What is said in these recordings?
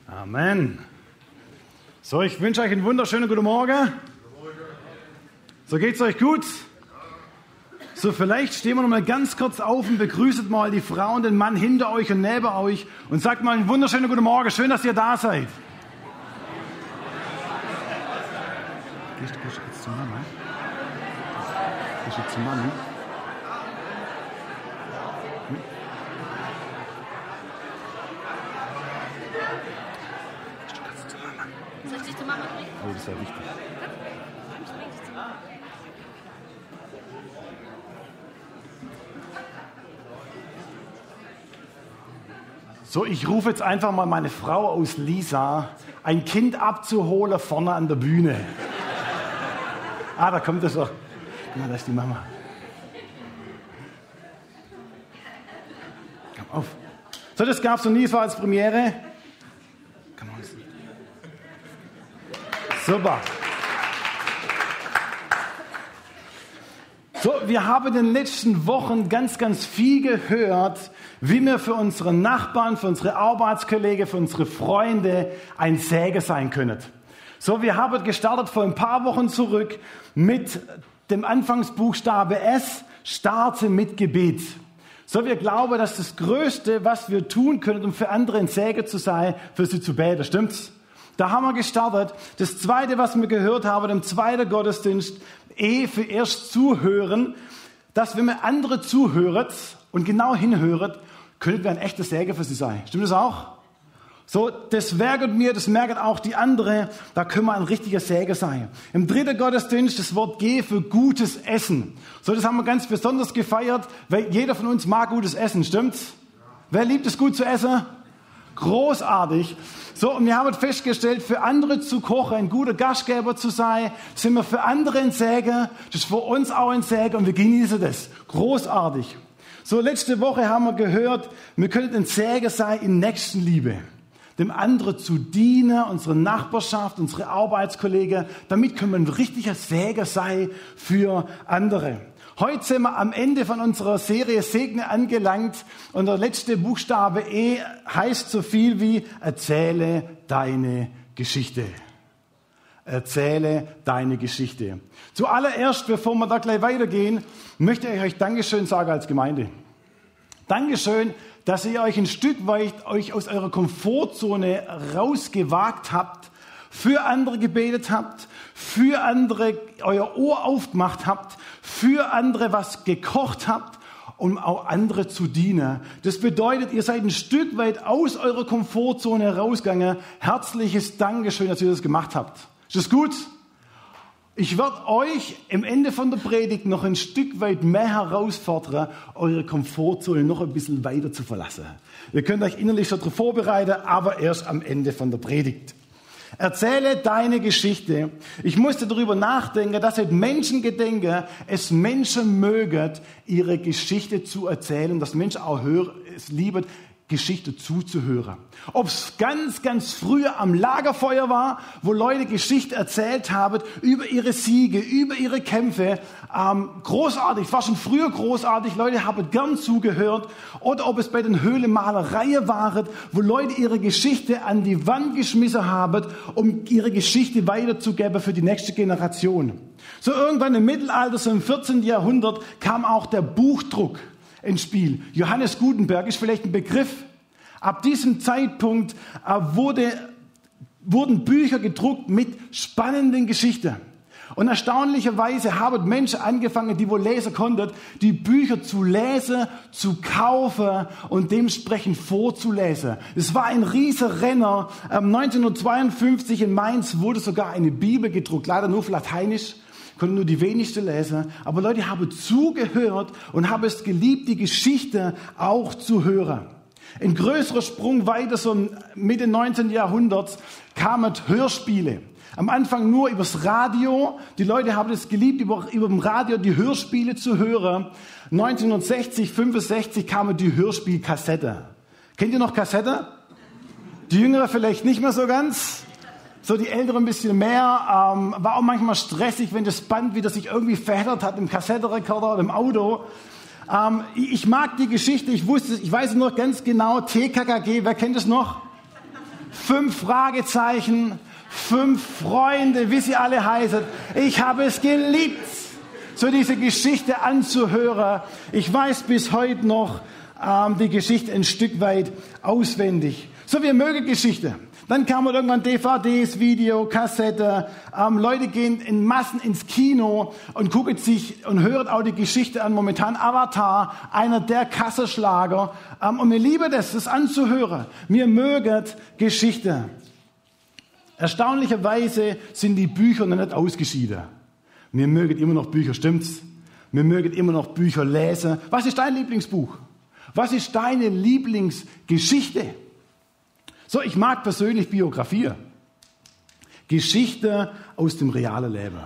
Amen. So, ich wünsche euch einen wunderschönen guten Morgen. So, geht's euch gut? So, vielleicht stehen wir noch mal ganz kurz auf und begrüßt mal die Frau und den Mann hinter euch und neben euch und sagt mal einen wunderschönen guten Morgen. Schön, dass ihr da seid. Gehst du jetzt zu Mama? Gehst du zu Mama? Soll ich dich zu Mama bringen? Oh, das ist ja wichtig. Ich bring dich zu Mama. So, ich rufe jetzt einfach mal meine Frau aus Lisa, ein Kind abzuholen vorne an der Bühne. Da kommt es doch. Guck mal, da ist die Mama. Komm auf. So, das gab's noch nie so als Premiere. Komm auf. Super. So, wir haben in den letzten Wochen ganz viel gehört, wie wir für unsere Nachbarn, für unsere Arbeitskollegen, für unsere Freunde ein Segen sein können. So, wir haben gestartet vor ein paar Wochen zurück mit dem Anfangsbuchstabe S, starte mit Gebet. So, wir glauben, dass das Größte, was wir tun können, um für andere ein Segen zu sein, für sie zu beten. Stimmt's? Da haben wir gestartet. Das Zweite, was wir gehört haben, im zweiten Gottesdienst, für erst zuhören, dass wenn wir andere zuhören und genau hinhören, können wir ein echter Segen für sie sein. Stimmt das auch? So, das merkt mir, das merkt auch die andere, da können wir ein richtiger Segen sein. Im dritten Gottesdienst das Wort G für gutes Essen. So, das haben wir ganz besonders gefeiert, weil jeder von uns mag gutes Essen, stimmt's? Wer liebt es gut zu essen? Großartig. So, und wir haben festgestellt, für andere zu kochen, ein guter Gastgeber zu sein, sind wir für andere ein Segen, das ist für uns auch ein Segen und wir genießen das. Großartig. So, letzte Woche haben wir gehört, wir können ein Segen sein in Nächstenliebe. Dem anderen zu dienen, unsere Nachbarschaft, unsere Arbeitskollegen, damit können wir ein richtiger Segen sein für andere. Heute sind wir am Ende von unserer Serie Segne angelangt und der letzte Buchstabe E heißt so viel wie erzähle deine Geschichte. Erzähle deine Geschichte. Zuallererst, bevor wir da gleich weitergehen, möchte ich euch Dankeschön sagen als Gemeinde. Dankeschön, dass ihr euch ein Stück weit aus eurer Komfortzone rausgewagt habt, für andere gebetet habt, für andere euer Ohr aufgemacht habt, für andere was gekocht habt, um auch andere zu dienen. Das bedeutet, ihr seid ein Stück weit aus eurer Komfortzone rausgegangen. Herzliches Dankeschön, dass ihr das gemacht habt. Ist das gut? Ich werde euch am Ende von der Predigt noch ein Stück weit mehr herausfordern, eure Komfortzone noch ein bisschen weiter zu verlassen. Ihr könnt euch innerlich schon darauf vorbereiten, aber erst am Ende von der Predigt. Erzähle deine Geschichte. Ich musste darüber nachdenken, dass es Menschengedenken, es Menschen mögen, ihre Geschichte zu erzählen, dass Menschen auch es lieben, Geschichte zuzuhören. Ob es ganz früher am Lagerfeuer war, wo Leute Geschichte erzählt haben über ihre Siege, über ihre Kämpfe. Großartig, war schon früher großartig. Leute haben gern zugehört. Oder ob es bei den Höhlenmalereien war, wo Leute ihre Geschichte an die Wand geschmissen haben, um ihre Geschichte weiterzugeben für die nächste Generation. So irgendwann im Mittelalter, so im 14. Jahrhundert, kam auch der Buchdruck ins Spiel. Johannes Gutenberg ist vielleicht ein Begriff. Ab diesem Zeitpunkt wurden Bücher gedruckt mit spannenden Geschichten. Und erstaunlicherweise haben Menschen angefangen, die wohl lesen konnten, die Bücher zu lesen, zu kaufen und dementsprechend vorzulesen. Es war ein riesiger Renner. 1952 in Mainz wurde sogar eine Bibel gedruckt, leider nur auf Lateinisch. Konnten nur die wenigsten lesen. Aber Leute haben zugehört und haben es geliebt, die Geschichte auch zu hören. Ein größerer Sprung weiter, so Mitte 19. Jahrhunderts, kamen Hörspiele. Am Anfang nur übers Radio. Die Leute haben es geliebt, über dem Radio die Hörspiele zu hören. 1960, 65 kamen die Hörspielkassette. Kennt ihr noch Kassette? Die Jüngeren vielleicht nicht mehr so ganz. So die Älteren ein bisschen mehr. War auch manchmal stressig, wenn das Band wieder sich irgendwie verheddert hat im Kassettenrekorder oder im Auto. Ich mag die Geschichte. Ich weiß es noch ganz genau. TKKG, wer kennt es noch? 5 Fragezeichen, 5 Freunde, wie sie alle heißen. Ich habe es geliebt, so diese Geschichte anzuhören. Ich weiß bis heute noch die Geschichte ein Stück weit auswendig. So, wir mögen Geschichte. Dann kamen irgendwann DVDs, Video, Kassette. Leute gehen in Massen ins Kino und gucken sich und hören auch die Geschichte an. Momentan Avatar, einer der Kassenschlager. Und wir lieben das anzuhören. Wir mögen Geschichte. Erstaunlicherweise sind die Bücher noch nicht ausgeschieden. Wir mögen immer noch Bücher, stimmt's? Wir mögen immer noch Bücher lesen. Was ist dein Lieblingsbuch? Was ist deine Lieblingsgeschichte? So, ich mag persönlich Biografie. Geschichte aus dem realen Leben.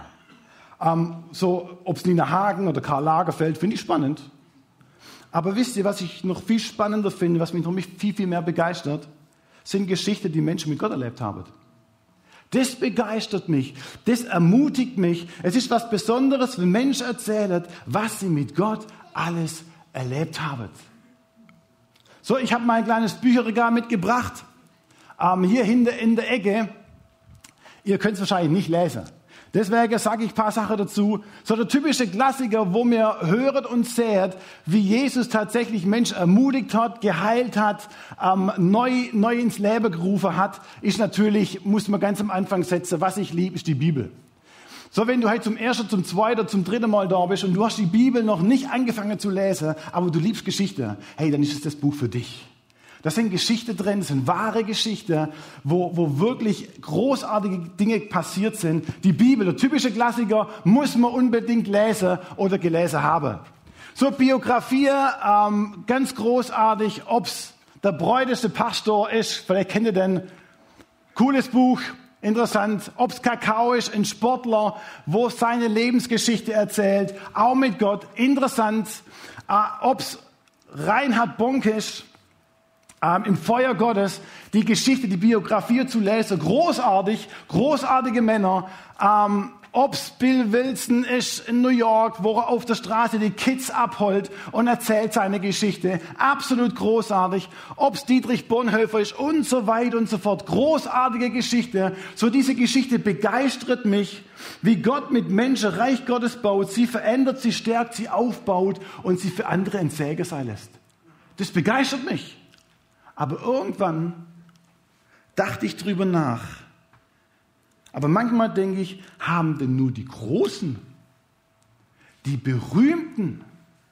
So, ob es Nina Hagen oder Karl Lagerfeld, finde ich spannend. Aber wisst ihr, was ich noch viel spannender finde, was mich noch viel, viel mehr begeistert, sind Geschichten, die Menschen mit Gott erlebt haben. Das begeistert mich, das ermutigt mich. Es ist was Besonderes, wenn Menschen erzählen, was sie mit Gott alles erlebt haben. So, ich habe mein kleines Bücherregal mitgebracht. Hier hinten in der Ecke. Ihr könnt es wahrscheinlich nicht lesen. Deswegen sage ich ein paar Sachen dazu. So der typische Klassiker, wo mir höret und seht, wie Jesus tatsächlich Menschen ermutigt hat, geheilt hat, neu ins Leben gerufen hat, ist natürlich, muss man ganz am Anfang setzen, was ich liebe, ist die Bibel. So, wenn du heute zum ersten, zum zweiten, zum dritten Mal da bist und du hast die Bibel noch nicht angefangen zu lesen, aber du liebst Geschichte, hey, dann ist es das Buch für dich. Da sind Geschichten drin, das sind wahre Geschichten, wo wirklich großartige Dinge passiert sind. Die Bibel, der typische Klassiker, muss man unbedingt lesen oder gelesen haben. So, Biografie, ganz großartig, ob's der bräuteste Pastor ist, vielleicht kennt ihr den, cooles Buch, interessant, ob's Kakao ist, ein Sportler, wo seine Lebensgeschichte erzählt, auch mit Gott, interessant, ob's Reinhard Bonk ist, im Feuer Gottes, die Geschichte, die Biografie zu lesen, großartig, großartige Männer. Ob's Bill Wilson ist in New York, wo er auf der Straße die Kids abholt und erzählt seine Geschichte, absolut großartig. Ob's Dietrich Bonhoeffer ist und so weiter und so fort, großartige Geschichte. So diese Geschichte begeistert mich, wie Gott mit Menschen Reich Gottes baut, sie verändert, sie stärkt, sie aufbaut und sie für andere ein Segen sein lässt. Das begeistert mich. Aber irgendwann dachte ich drüber nach. Aber manchmal denke ich, haben denn nur die Großen, die Berühmten,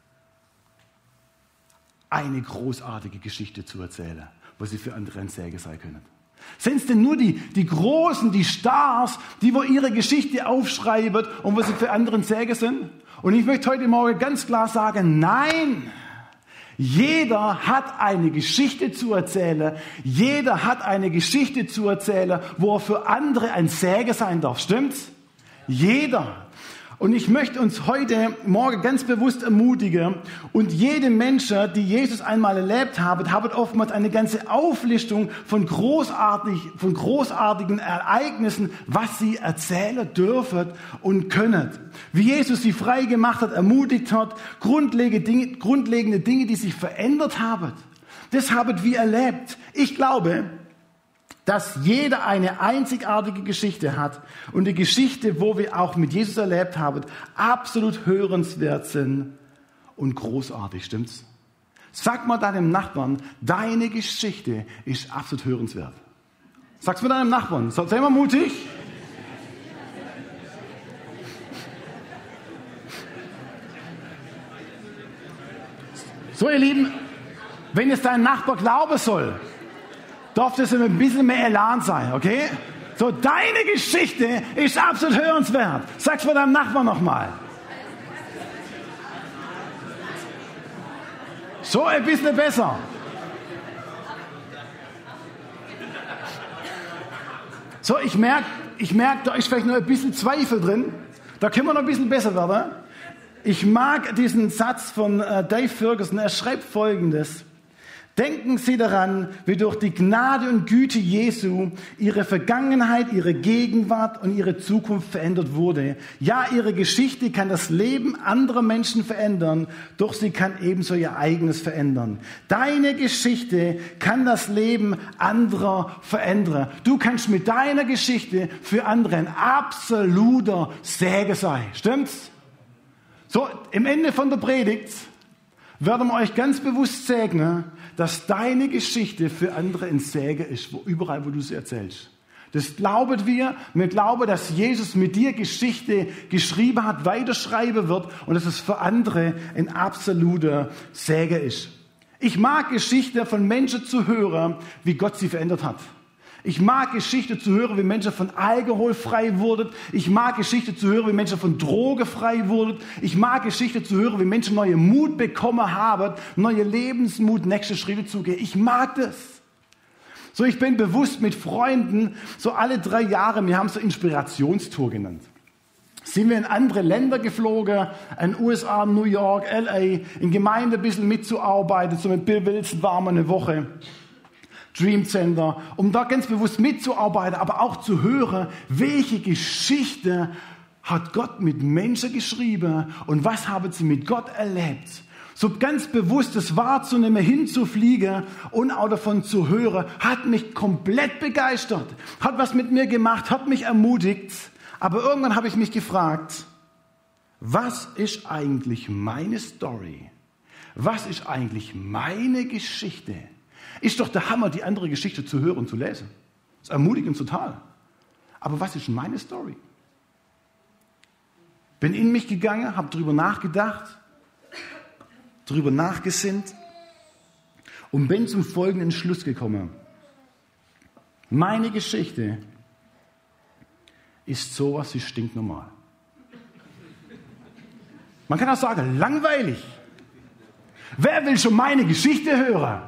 eine großartige Geschichte zu erzählen, wo sie für andere ein Segen sein können? Sind es denn nur die Großen, die Stars, die wo ihre Geschichte aufschreiben und wo sie für andere ein Segen sind? Und ich möchte heute Morgen ganz klar sagen, nein! Jeder hat eine Geschichte zu erzählen. Jeder hat eine Geschichte zu erzählen, wo er für andere ein Segen sein darf. Stimmt's? Jeder. Und ich möchte uns heute Morgen ganz bewusst ermutigen. Und jede Menschen, die Jesus einmal erlebt haben oftmals eine ganze Auflistung von großartigen Ereignissen, was sie erzählen dürfen und können. Wie Jesus sie frei gemacht hat, ermutigt hat, grundlegende Dinge, die sich verändert haben. Das haben wir erlebt. Ich glaube, dass jeder eine einzigartige Geschichte hat und die Geschichte, wo wir auch mit Jesus erlebt haben, absolut hörenswert sind und großartig, stimmt's? Sag mal deinem Nachbarn, deine Geschichte ist absolut hörenswert. Sag's mal deinem Nachbarn, sei mal mutig. So, ihr Lieben, wenn es dein Nachbar glauben soll, darf das ein bisschen mehr Elan sein, okay? So, deine Geschichte ist absolut hörenswert. Sag's mal deinem Nachbarn nochmal. So, ein bisschen besser. So, ich merke, da ist vielleicht noch ein bisschen Zweifel drin. Da können wir noch ein bisschen besser werden. Ich mag diesen Satz von Dave Ferguson. Er schreibt Folgendes. Denken Sie daran, wie durch die Gnade und Güte Jesu Ihre Vergangenheit, Ihre Gegenwart und Ihre Zukunft verändert wurde. Ja, Ihre Geschichte kann das Leben anderer Menschen verändern, doch sie kann ebenso Ihr eigenes verändern. Deine Geschichte kann das Leben anderer verändern. Du kannst mit deiner Geschichte für andere ein absoluter Segen sein. Stimmt's? So, im Ende von der Predigt werden wir euch ganz bewusst segnen, dass deine Geschichte für andere ein Segen ist, überall, wo du sie erzählst. Das glauben wir. Wir glauben, dass Jesus mit dir Geschichte geschrieben hat, weiterschreiben wird und dass es für andere ein absoluter Segen ist. Ich mag Geschichten von Menschen zu hören, wie Gott sie verändert hat. Ich mag Geschichten zu hören, wie Menschen von Alkohol frei wurden. Ich mag Geschichten zu hören, wie Menschen von Drogen frei wurden. Ich mag Geschichten zu hören, wie Menschen neue Mut bekommen haben, neue Lebensmut, nächste Schritte zu gehen. Ich mag das. So, ich bin bewusst mit Freunden, so alle 3 Jahre, wir haben es so Inspirationstour genannt. Sind wir in andere Länder geflogen, in USA, New York, LA, in Gemeinde ein bisschen mitzuarbeiten. So mit Bill Wilson waren wir eine Woche. Dream Center, um da ganz bewusst mitzuarbeiten, aber auch zu hören, welche Geschichte hat Gott mit Menschen geschrieben und was haben sie mit Gott erlebt. So ganz bewusst das wahrzunehmen, hinzufliegen und auch davon zu hören, hat mich komplett begeistert, hat was mit mir gemacht, hat mich ermutigt. Aber irgendwann habe ich mich gefragt, was ist eigentlich meine Story? Was ist eigentlich meine Geschichte? Ist doch der Hammer, die andere Geschichte zu hören und zu lesen. Das ist ermutigend total. Aber was ist meine Story? Bin in mich gegangen, habe darüber nachgedacht, darüber nachgesinnt und bin zum folgenden Schluss gekommen. Meine Geschichte ist sowas wie stinknormal. Man kann auch sagen, langweilig. Wer will schon meine Geschichte hören?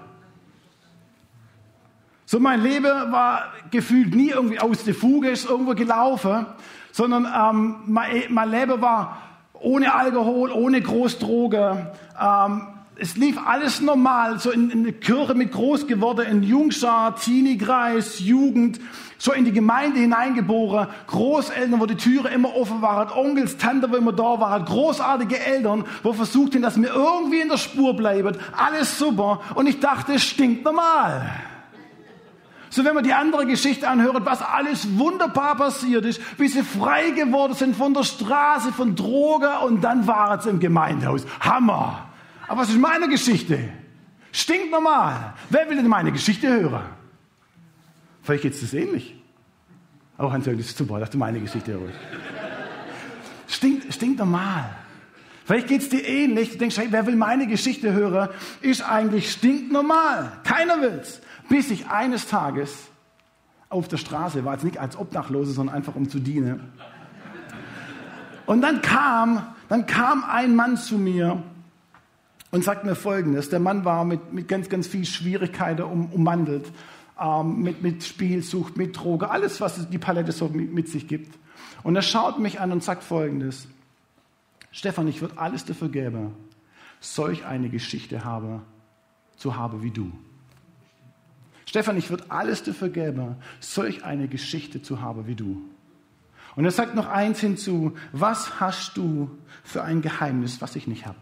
So, mein Leben war gefühlt nie irgendwie aus der Fuge, ist irgendwo gelaufen, sondern mein Leben war ohne Alkohol, ohne Großdroge. Es lief alles normal, so in der Kirche mit groß geworden, in Jungschar, Teenie-Kreis, Jugend, so in die Gemeinde hineingeboren, Großeltern, wo die Türe immer offen waren, Onkels, Tante, wo immer da waren, großartige Eltern, wo versuchten, dass wir irgendwie in der Spur bleiben, alles super und ich dachte, es stinkt normal. So, wenn man die andere Geschichte anhört, was alles wunderbar passiert ist, wie sie frei geworden sind von der Straße, von Drogen und dann waren sie im Gemeindehaus. Hammer! Aber was ist meine Geschichte? Stinknormal. Wer will denn meine Geschichte hören? Vielleicht geht es das ähnlich. Oh, Hans-Jörg, das ist super, dass du meine Geschichte hörst. Stinknormal. Vielleicht geht es dir ähnlich. Du denkst, hey, wer will meine Geschichte hören? Ist eigentlich stinknormal. Keiner will's. Bis ich eines Tages auf der Straße war, jetzt nicht als Obdachlose, sondern einfach um zu dienen. Und dann kam ein Mann zu mir und sagt mir Folgendes. Der Mann war mit ganz, ganz viel Schwierigkeiten ummantelt. Mit Spielsucht, mit Droge, alles, was die Palette so mit sich gibt. Und er schaut mich an und sagt Folgendes. Stefan, ich würde alles dafür geben, solch eine Geschichte zu haben wie du. Stefan, ich würde alles dafür geben, solch eine Geschichte zu haben wie du. Und er sagt noch eins hinzu, was hast du für ein Geheimnis, was ich nicht habe?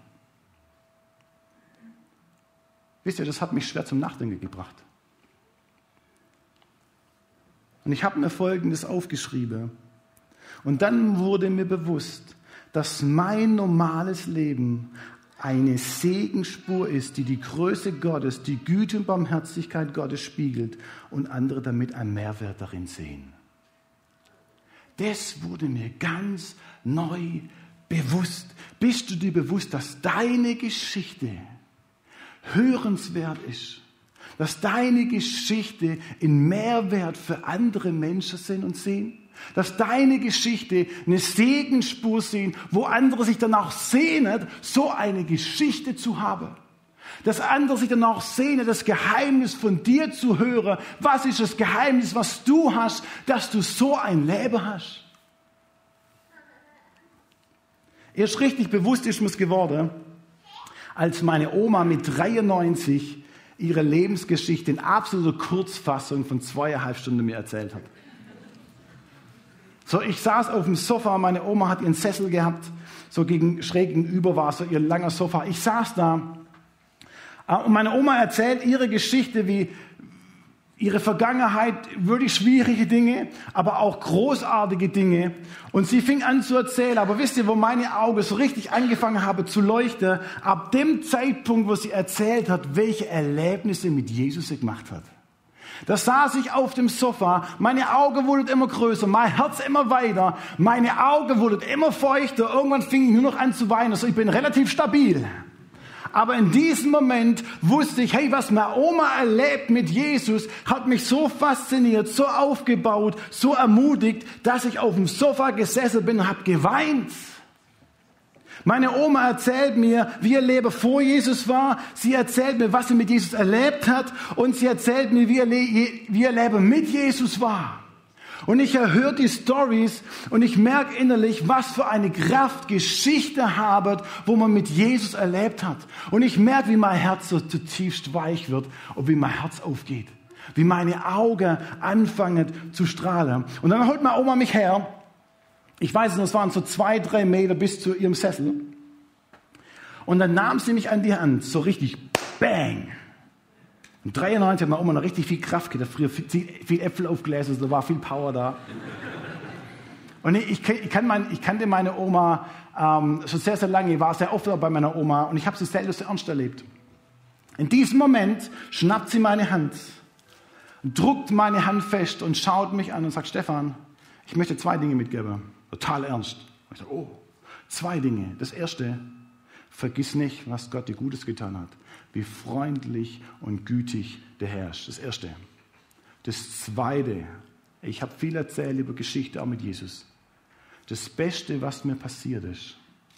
Wisst ihr, das hat mich schwer zum Nachdenken gebracht. Und ich habe mir Folgendes aufgeschrieben. Und dann wurde mir bewusst, dass mein normales Leben eine Segensspur ist, die die Größe Gottes, die Güte und Barmherzigkeit Gottes spiegelt und andere damit einen Mehrwert darin sehen. Das wurde mir ganz neu bewusst. Bist du dir bewusst, dass deine Geschichte hörenswert ist? Dass deine Geschichte einen Mehrwert für andere Menschen sind und sehen? Dass deine Geschichte eine Segensspur sehen, wo andere sich danach sehnen, so eine Geschichte zu haben. Dass andere sich danach sehnen, das Geheimnis von dir zu hören. Was ist das Geheimnis, was du hast, dass du so ein Leben hast? Erst richtig bewusst ist mir's geworden, als meine Oma mit 93 ihre Lebensgeschichte in absoluter Kurzfassung von 2,5 Stunden mir erzählt hat. So, ich saß auf dem Sofa, meine Oma hat ihren Sessel gehabt, so schräg gegenüber war so ihr langer Sofa. Ich saß da und meine Oma erzählt ihre Geschichte, wie ihre Vergangenheit, wirklich schwierige Dinge, aber auch großartige Dinge. Und sie fing an zu erzählen, aber wisst ihr, wo meine Augen so richtig angefangen haben zu leuchten? Ab dem Zeitpunkt, wo sie erzählt hat, welche Erlebnisse mit Jesus sie gemacht hat. Da saß ich auf dem Sofa, meine Augen wurden immer größer, mein Herz immer weiter, meine Augen wurden immer feuchter, irgendwann fing ich nur noch an zu weinen. Also ich bin relativ stabil. Aber in diesem Moment wusste ich, hey, was meine Oma erlebt mit Jesus, hat mich so fasziniert, so aufgebaut, so ermutigt, dass ich auf dem Sofa gesessen bin und habe geweint. Meine Oma erzählt mir, wie ihr Leben vor Jesus war. Sie erzählt mir, was sie mit Jesus erlebt hat. Und sie erzählt mir, wie ihr Leben mit Jesus war. Und ich höre die Stories und ich merke innerlich, was für eine Kraft Geschichte haben, wo man mit Jesus erlebt hat. Und ich merke, wie mein Herz so zutiefst weich wird und wie mein Herz aufgeht. Wie meine Augen anfangen zu strahlen. Und dann holt meine Oma mich her. Ich weiß nicht, es waren so 2-3 Meter bis zu ihrem Sessel. Und dann nahm sie mich an die Hand, so richtig bang. Und 93 hat meine Oma noch richtig viel Kraft gehabt, früher viel Äpfel aufgelesen, da war viel Power da. Und ich kannte meine Oma schon sehr, sehr lange, ich war sehr oft bei meiner Oma und ich habe sie selten so ernst erlebt. In diesem Moment schnappt sie meine Hand, druckt meine Hand fest und schaut mich an und sagt, Stefan, ich möchte 2 Dinge mitgeben. Total ernst. Ich sage, 2 Dinge. Das erste, vergiss nicht, was Gott dir Gutes getan hat. Wie freundlich und gütig der Herr ist. Das erste. Das zweite, ich habe viel erzählt über Geschichte auch mit Jesus. Das Beste, was mir passiert ist,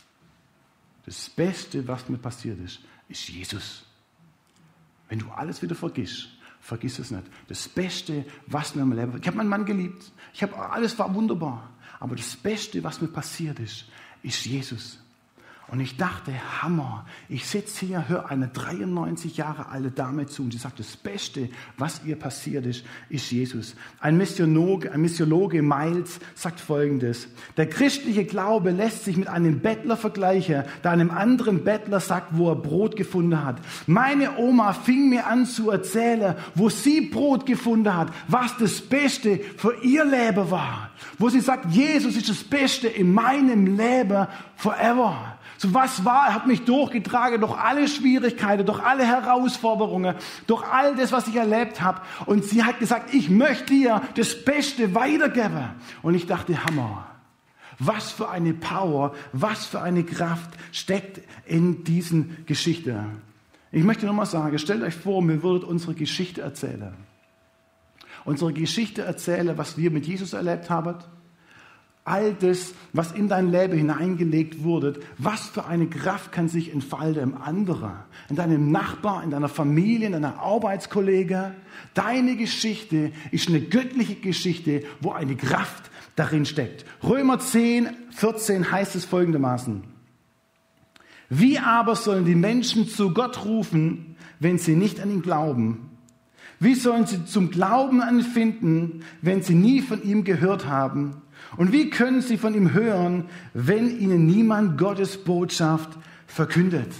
ist Jesus. Wenn du alles wieder vergiss es nicht. Das Beste, was mir im Leben... Ich habe meinen Mann geliebt. Alles war wunderbar. Aber das Beste, was mir passiert ist Jesus. Und ich dachte, Hammer. Ich sitze hier, höre eine 93 Jahre alte Dame zu und sie sagt, das Beste, was ihr passiert ist Jesus. Ein Missiologe Miles sagt Folgendes. Der christliche Glaube lässt sich mit einem Bettler vergleichen, der einem anderen Bettler sagt, wo er Brot gefunden hat. Meine Oma fing mir an zu erzählen, wo sie Brot gefunden hat, was das Beste für ihr Leben war. Wo sie sagt, Jesus ist das Beste in meinem Leben forever. So was war, er hat mich durchgetragen durch alle Schwierigkeiten, durch alle Herausforderungen, durch all das, was ich erlebt habe. Und sie hat gesagt, ich möchte dir das Beste weitergeben. Und ich dachte, Hammer. Was für eine Power, was für eine Kraft steckt in diesen Geschichten. Ich möchte nochmal sagen, stellt euch vor, wir würden unsere Geschichte erzählen. Unsere Geschichte erzählen, was wir mit Jesus erlebt haben. All das, was in dein Leben hineingelegt wurde, was für eine Kraft kann sich entfalten im anderen, in deinem Nachbar, in deiner Familie, in deiner Arbeitskollege. Deine Geschichte ist eine göttliche Geschichte, wo eine Kraft darin steckt. Römer 10, 14 heißt es folgendermaßen. Wie aber sollen die Menschen zu Gott rufen, wenn sie nicht an ihn glauben? Wie sollen sie zum Glauben an ihn finden, wenn sie nie von ihm gehört haben? Und wie können sie von ihm hören, wenn ihnen niemand Gottes Botschaft verkündet?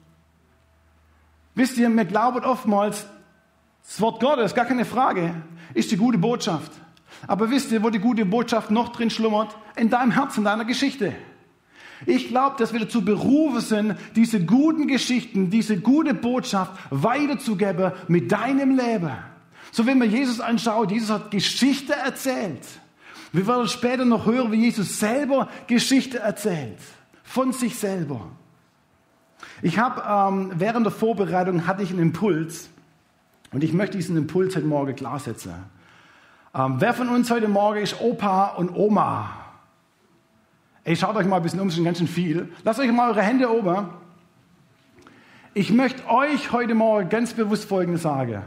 Wisst ihr, wir glauben oftmals, das Wort Gottes, gar keine Frage, ist die gute Botschaft. Aber wisst ihr, wo die gute Botschaft noch drin schlummert? In deinem Herzen, in deiner Geschichte. Ich glaube, dass wir dazu berufen sind, diese guten Geschichten, diese gute Botschaft weiterzugeben mit deinem Leben. So, wenn man Jesus anschaut, Jesus hat Geschichte erzählt. Wir werden später noch hören, wie Jesus selber Geschichte erzählt. Von sich selber. Ich habe, während der Vorbereitung hatte ich einen Impuls. Und ich möchte diesen Impuls heute Morgen klarsetzen. Wer von uns heute Morgen ist Opa und Oma? Ey, schaut euch mal ein bisschen um, es ist ganz schön viel. Lasst euch mal eure Hände oben. Ich möchte euch heute Morgen ganz bewusst Folgendes sagen.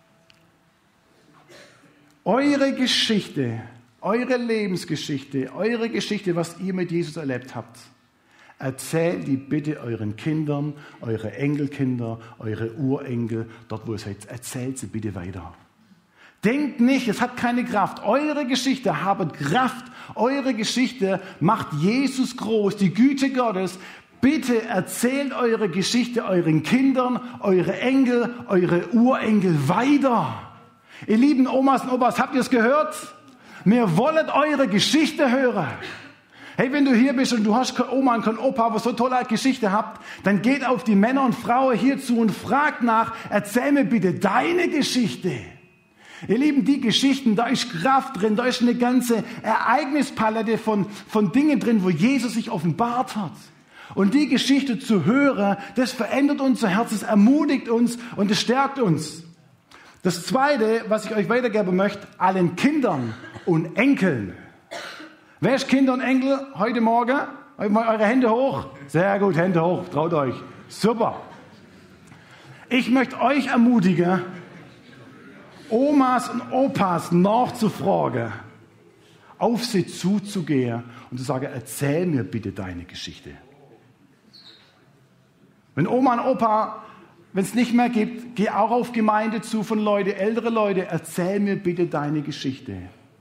Eure Geschichte, eure Lebensgeschichte, eure Geschichte, was ihr mit Jesus erlebt habt, Erzählt die bitte euren Kindern, eure Enkelkinder, eure Urenkel, dort wo ihr seid, erzählt sie bitte weiter. Denkt nicht, es hat keine Kraft. Eure Geschichte hat Kraft. Eure Geschichte macht Jesus groß, die Güte Gottes. Bitte erzählt eure Geschichte euren Kindern, eure Enkel, eure Urenkel weiter. Ihr lieben Omas und Opas, habt ihr es gehört? Wir wollen eure Geschichte hören. Hey, wenn du hier bist und du hast keine Oma und keinen Opa, was so tolle Geschichte habt, dann geht auf die Männer und Frauen hierzu und fragt nach, erzähl mir bitte deine Geschichte. Ihr Lieben, die Geschichten, da ist Kraft drin, da ist eine ganze Ereignispalette von Dingen drin, wo Jesus sich offenbart hat. Und die Geschichte zu hören, das verändert unser Herz, es ermutigt uns und es stärkt uns. Das Zweite, was ich euch weitergeben möchte, allen Kindern und Enkeln. Wer ist Kinder und Enkel heute Morgen? Eure Hände hoch. Sehr gut, Hände hoch, traut euch. Super. Ich möchte euch ermutigen, Omas und Opas nachzufragen, auf sie zuzugehen und zu sagen, erzähl mir bitte deine Geschichte. Wenn Oma und Opa, wenn es nicht mehr gibt, geh auch auf Gemeinde zu von Leuten, ältere Leute, erzähl mir bitte deine Geschichte.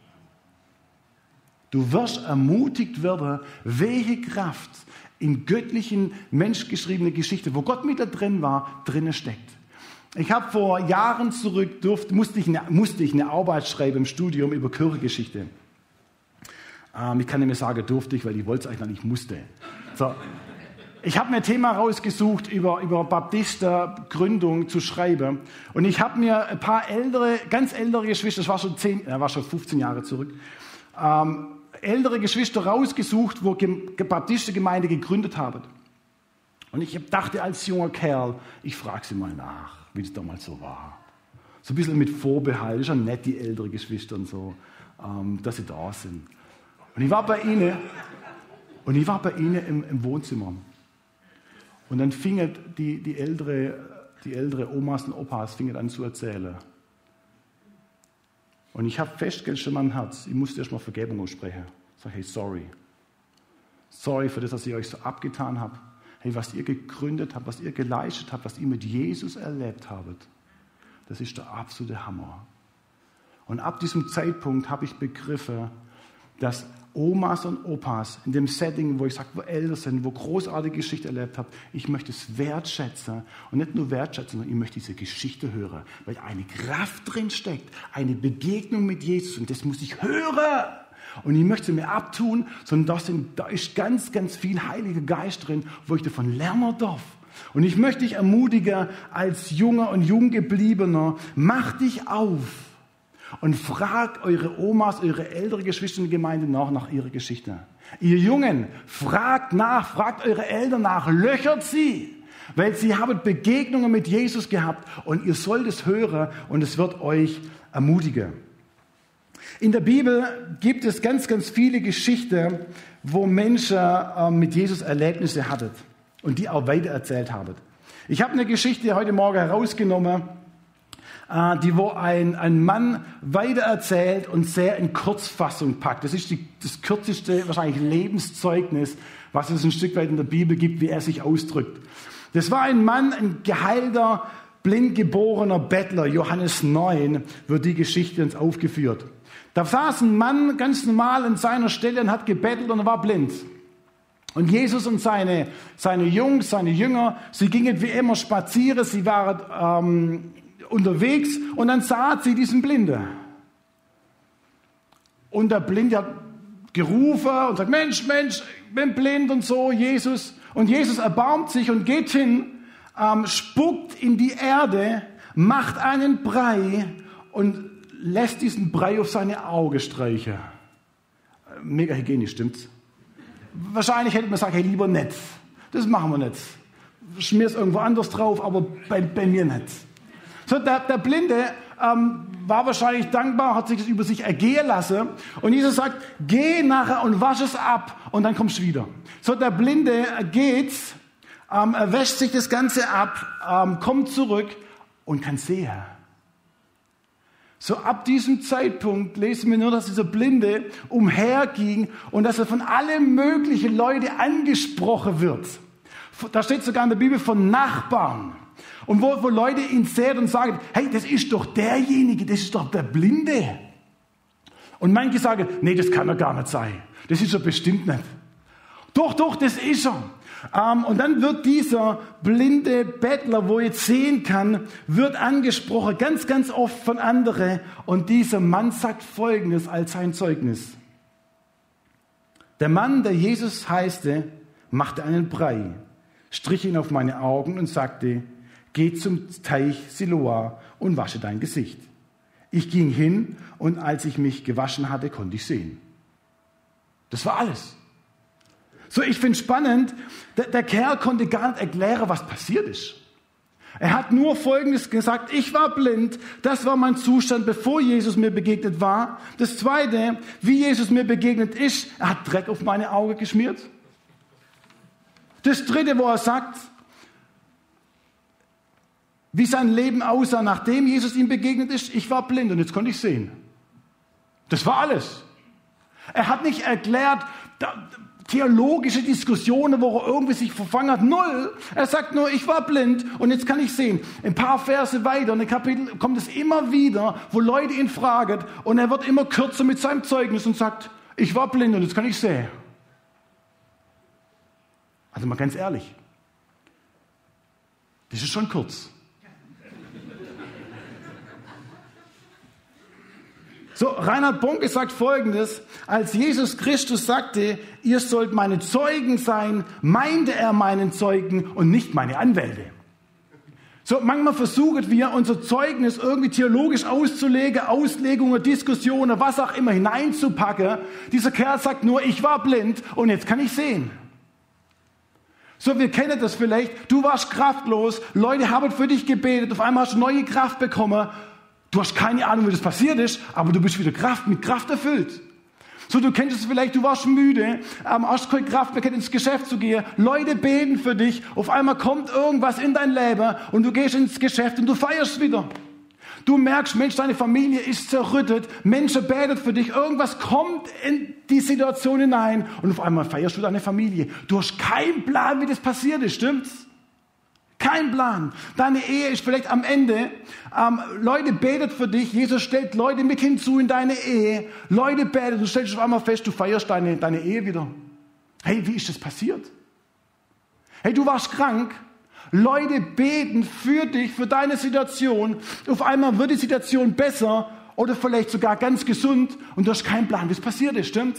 Du wirst ermutigt werden, welche Kraft in göttlichen, menschgeschriebenen Geschichte, wo Gott mit da drin war, drinne steckt. Ich habe vor Jahren zurück, musste ich eine Arbeit schreiben im Studium über Kirchengeschichte. Ich kann nicht mehr sagen, durfte ich, weil ich wollte es eigentlich nicht, musste. So. Ich habe mir ein Thema rausgesucht, über Baptister-Gründung zu schreiben. Und ich habe mir ein paar ganz ältere Geschwister, das war schon 15 Jahre zurück, ältere Geschwister rausgesucht, wo Baptistergemeinde gegründet haben. Und ich dachte als junger Kerl, ich frage sie mal nach, wie das damals so war. So ein bisschen mit Vorbehalt, ist ja nett, die ältere Geschwister und so, dass sie da sind. Und ich war bei ihnen im Wohnzimmer. Und dann fingen die ältere Omas und Opas fingen an zu erzählen. Und ich habe festgestellt schon in meinem Herz, ich musste erst mal Vergebung aussprechen. Ich sage, hey, sorry. Sorry für das, was ich euch so abgetan habe. Hey, was ihr gegründet habt, was ihr geleistet habt, was ihr mit Jesus erlebt habt, das ist der absolute Hammer. Und ab diesem Zeitpunkt habe ich begriffen, dass Omas und Opas in dem Setting, wo ich sage, wo älter sind, wo großartige Geschichte erlebt habt, ich möchte es wertschätzen. Und nicht nur wertschätzen, sondern ich möchte diese Geschichte hören, weil eine Kraft drin steckt, eine Begegnung mit Jesus. Und das muss ich hören. Und ich möchte sie mir abtun, sondern da ist ganz, ganz viel Heiliger Geist drin, wo ich davon lernen darf. Und ich möchte dich ermutigen, als junger und junggebliebener, mach dich auf und fragt eure Omas, eure ältere Geschwister in der Gemeinde nach ihrer Geschichte. Ihr Jungen, fragt nach, fragt eure Eltern nach, löchert sie, weil sie haben Begegnungen mit Jesus gehabt und ihr sollt es hören und es wird euch ermutigen. In der Bibel gibt es ganz, ganz viele Geschichten, wo Menschen mit Jesus Erlebnisse hatten und die auch weitererzählt haben. Ich habe eine Geschichte heute Morgen herausgenommen, wo ein Mann weitererzählt und sehr in Kurzfassung packt. Das ist das kürzeste, wahrscheinlich Lebenszeugnis, was es ein Stück weit in der Bibel gibt, wie er sich ausdrückt. Das war ein Mann, ein geheilter, blind geborener Bettler. Johannes 9 wird die Geschichte uns aufgeführt. Da saß ein Mann ganz normal an seiner Stelle und hat gebettelt und er war blind. Und Jesus und seine Jünger, sie gingen wie immer spazieren, sie waren unterwegs und dann sah sie diesen Blinde. Und der Blinde hat gerufen und sagt, Mensch, ich bin blind und so, Jesus. Und Jesus erbarmt sich und geht hin, spuckt in die Erde, macht einen Brei und lässt diesen Brei auf seine Augen streichen. Mega hygienisch, stimmt's? Wahrscheinlich hätte man gesagt, hey, lieber nicht. Das machen wir nicht. Schmier es irgendwo anders drauf, aber bei mir nicht. So, der Blinde war wahrscheinlich dankbar, hat sich das über sich ergehen lassen. Und Jesus sagt, geh nachher und wasch es ab und dann kommst du wieder. So, der Blinde geht, er wäscht sich das Ganze ab, kommt zurück und kann sehen. So ab diesem Zeitpunkt lesen wir nur, dass dieser Blinde umherging und dass er von allen möglichen Leuten angesprochen wird. Da steht sogar in der Bibel von Nachbarn. Und wo Leute ihn sehen und sagen, hey, das ist doch derjenige, das ist doch der Blinde. Und manche sagen, nee, das kann er gar nicht sein. Das ist er bestimmt nicht. Doch, das ist er. Und dann wird dieser blinde Bettler, wo jetzt sehen kann, wird angesprochen, ganz, ganz oft von anderen. Und dieser Mann sagt Folgendes als sein Zeugnis. Der Mann, der Jesus heißte, machte einen Brei, strich ihn auf meine Augen und sagte, geh zum Teich Siloa und wasche dein Gesicht. Ich ging hin und als ich mich gewaschen hatte, konnte ich sehen. Das war alles. So, ich finde spannend, der Kerl konnte gar nicht erklären, was passiert ist. Er hat nur Folgendes gesagt, ich war blind, das war mein Zustand, bevor Jesus mir begegnet war. Das Zweite, wie Jesus mir begegnet ist, er hat Dreck auf meine Augen geschmiert. Das Dritte, wo er sagt, wie sein Leben aussah, nachdem Jesus ihm begegnet ist, ich war blind und jetzt konnte ich sehen. Das war alles. Er hat nicht erklärt, theologische Diskussionen, wo er irgendwie sich verfangen hat. Null. Er sagt nur, ich war blind und jetzt kann ich sehen. Ein paar Verse weiter, in den Kapitel kommt es immer wieder, wo Leute ihn fragen und er wird immer kürzer mit seinem Zeugnis und sagt, ich war blind und jetzt kann ich sehen. Also mal ganz ehrlich, das ist schon kurz. So, Reinhard Bonke sagt Folgendes, als Jesus Christus sagte, ihr sollt meine Zeugen sein, meinte er meinen Zeugen und nicht meine Anwälte. So, manchmal versuchen wir, unser Zeugnis irgendwie theologisch auszulegen, Auslegungen, Diskussionen, was auch immer hineinzupacken. Dieser Kerl sagt nur, ich war blind und jetzt kann ich sehen. So, wir kennen das vielleicht, du warst kraftlos, Leute haben für dich gebetet, auf einmal hast du neue Kraft bekommen. Du hast keine Ahnung, wie das passiert ist, aber du bist wieder mit Kraft erfüllt. So, du kennst es vielleicht, du warst müde, hast keine Kraft mehr, ins Geschäft zu gehen. Leute beten für dich, auf einmal kommt irgendwas in dein Leben und du gehst ins Geschäft und du feierst wieder. Du merkst, Mensch, deine Familie ist zerrüttet, Menschen beten für dich, irgendwas kommt in die Situation hinein und auf einmal feierst du deine Familie. Du hast keinen Plan, wie das passiert ist, stimmt's? Kein Plan. Deine Ehe ist vielleicht am Ende. Leute beten für dich. Jesus stellt Leute mit hinzu in deine Ehe. Leute beten. Du stellst auf einmal fest, du feierst deine Ehe wieder. Hey, wie ist das passiert? Hey, du warst krank. Leute beten für dich, für deine Situation. Auf einmal wird die Situation besser oder vielleicht sogar ganz gesund und du hast keinen Plan, wie es passiert ist. Stimmt's?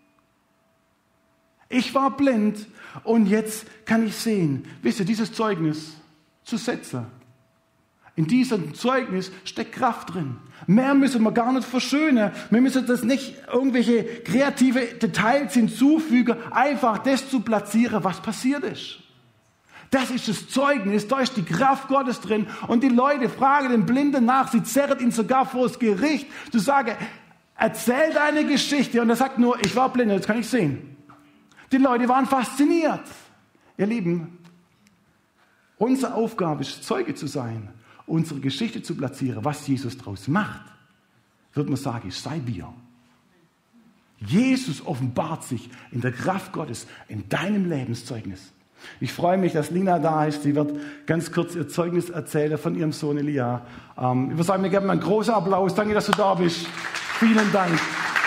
Ich war blind und jetzt kann ich sehen. Wisst ihr, dieses Zeugnis zu setzen. In diesem Zeugnis steckt Kraft drin. Mehr müssen wir gar nicht verschönen. Wir müssen das nicht irgendwelche kreative Details hinzufügen, einfach das zu platzieren, was passiert ist. Das ist das Zeugnis, da ist die Kraft Gottes drin und die Leute fragen den Blinden nach, sie zerren ihn sogar vor das Gericht. Du sagst, erzähl deine Geschichte und er sagt nur, ich war blind, jetzt kann ich sehen. Die Leute waren fasziniert. Ihr Lieben, unsere Aufgabe ist, Zeuge zu sein, unsere Geschichte zu platzieren, was Jesus daraus macht. Würde man sagen, ich sei wir. Jesus offenbart sich in der Kraft Gottes in deinem Lebenszeugnis. Ich freue mich, dass Lina da ist. Sie wird ganz kurz ihr Zeugnis erzählen von ihrem Sohn Elia. Ich würde sagen, wir geben einen großen Applaus. Danke, dass du da bist. Vielen Dank.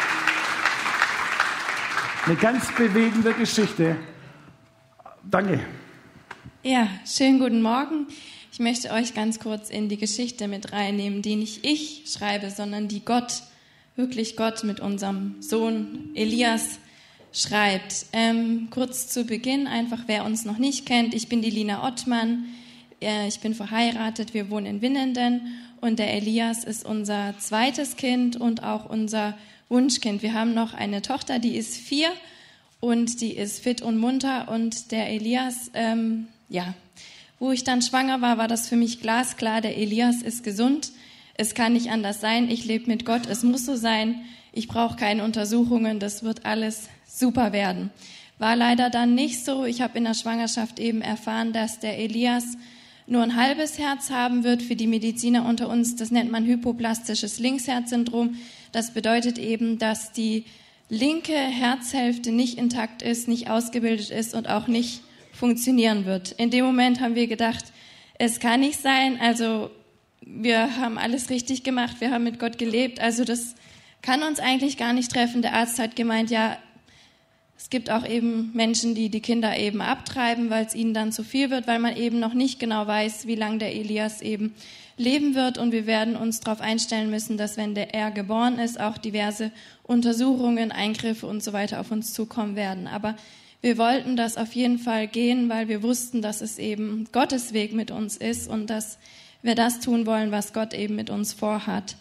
Eine ganz bewegende Geschichte. Danke. Ja, schönen guten Morgen. Ich möchte euch ganz kurz in die Geschichte mit reinnehmen, die nicht ich schreibe, sondern die Gott, wirklich Gott mit unserem Sohn Elias schreibt. Kurz zu Beginn, einfach wer uns noch nicht kennt, ich bin die Lina Ottmann, ich bin verheiratet, wir wohnen in Winnenden und der Elias ist unser zweites Kind und auch unser Wunschkind. Wir haben noch eine Tochter, die ist 4 und die ist fit und munter und der Elias, wo ich dann schwanger war, war das für mich glasklar, der Elias ist gesund, es kann nicht anders sein, ich lebe mit Gott, es muss so sein, ich brauche keine Untersuchungen, das wird alles super werden. War leider dann nicht so, ich habe in der Schwangerschaft eben erfahren, dass der Elias nur ein halbes Herz haben wird. Für die Mediziner unter uns, das nennt man hypoplastisches Linksherzsyndrom. Das bedeutet eben, dass die linke Herzhälfte nicht intakt ist, nicht ausgebildet ist und auch nicht funktionieren wird. In dem Moment haben wir gedacht, es kann nicht sein, also wir haben alles richtig gemacht, wir haben mit Gott gelebt, also das kann uns eigentlich gar nicht treffen. Der Arzt hat gemeint, ja, es gibt auch eben Menschen, die die Kinder eben abtreiben, weil es ihnen dann zu viel wird, weil man eben noch nicht genau weiß, wie lange der Elias eben leben wird. Und wir werden uns darauf einstellen müssen, dass, wenn er geboren ist, auch diverse Untersuchungen, Eingriffe und so weiter auf uns zukommen werden. Aber wir wollten das auf jeden Fall gehen, weil wir wussten, dass es eben Gottes Weg mit uns ist und dass wir das tun wollen, was Gott eben mit uns vorhat.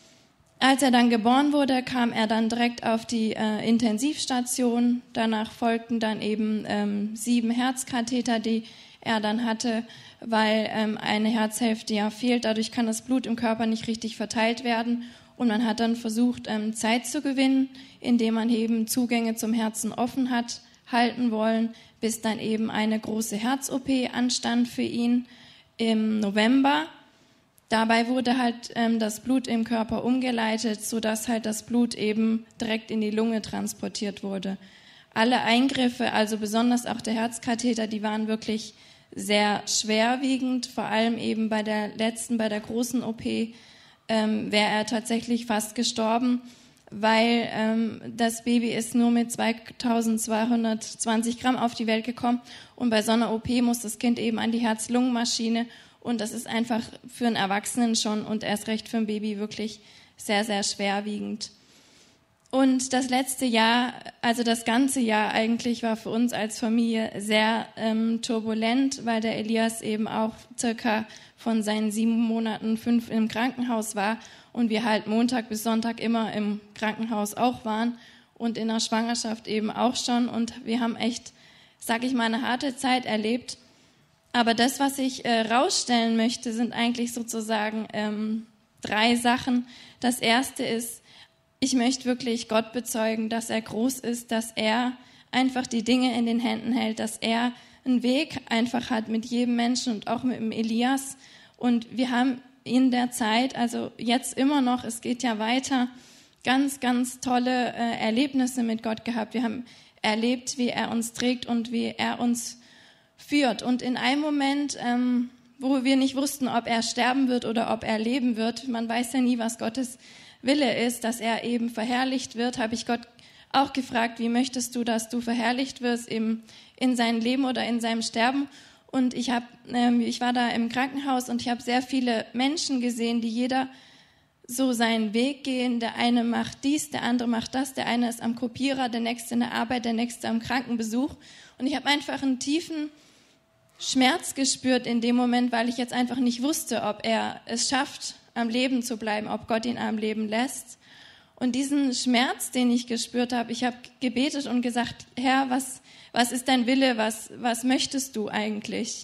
Als er dann geboren wurde, kam er dann direkt auf die Intensivstation. Danach folgten dann eben 7 Herzkatheter, die er dann hatte, weil eine Herzhälfte ja fehlt. Dadurch kann das Blut im Körper nicht richtig verteilt werden. Und man hat dann versucht, Zeit zu gewinnen, indem man eben Zugänge zum Herzen offen hat halten wollen, bis dann eben eine große Herz-OP anstand für ihn im November. Dabei wurde halt das Blut im Körper umgeleitet, sodass halt das Blut eben direkt in die Lunge transportiert wurde. Alle Eingriffe, also besonders auch der Herzkatheter, die waren wirklich sehr schwerwiegend. Vor allem eben bei der großen OP, wäre er tatsächlich fast gestorben, weil das Baby ist nur mit 2220 Gramm auf die Welt gekommen. Und bei so einer OP muss das Kind eben an die Herz-Lungen-Maschine. Und das ist einfach für einen Erwachsenen schon und erst recht für ein Baby wirklich sehr, sehr schwerwiegend. Und das letzte Jahr, also das ganze Jahr eigentlich, war für uns als Familie sehr turbulent, weil der Elias eben auch circa von seinen 7 Monaten 5 im Krankenhaus war und wir halt Montag bis Sonntag immer im Krankenhaus auch waren und in der Schwangerschaft eben auch schon. Und wir haben echt, sag ich mal, eine harte Zeit erlebt. Aber das, was ich rausstellen möchte, sind eigentlich sozusagen 3 Sachen. Das erste ist, ich möchte wirklich Gott bezeugen, dass er groß ist, dass er einfach die Dinge in den Händen hält, dass er einen Weg einfach hat mit jedem Menschen und auch mit dem Elias. Und wir haben in der Zeit, also jetzt immer noch, es geht ja weiter, ganz, ganz tolle Erlebnisse mit Gott gehabt. Wir haben erlebt, wie er uns trägt und wie er uns führt. Und in einem Moment, wo wir nicht wussten, ob er sterben wird oder ob er leben wird, man weiß ja nie, was Gottes Wille ist, dass er eben verherrlicht wird, habe ich Gott auch gefragt, wie möchtest du, dass du verherrlicht wirst in seinem Leben oder in seinem Sterben? Und ich war da im Krankenhaus und ich habe sehr viele Menschen gesehen, die jeder so seinen Weg gehen. Der eine macht dies, der andere macht das, der eine ist am Kopierer, der nächste in der Arbeit, der nächste am Krankenbesuch. Und ich habe einfach einen tiefen Schmerz gespürt in dem Moment, weil ich jetzt einfach nicht wusste, ob er es schafft, am Leben zu bleiben, ob Gott ihn am Leben lässt. Und diesen Schmerz, den ich gespürt habe, ich habe gebetet und gesagt, Herr, was ist dein Wille, was möchtest du eigentlich?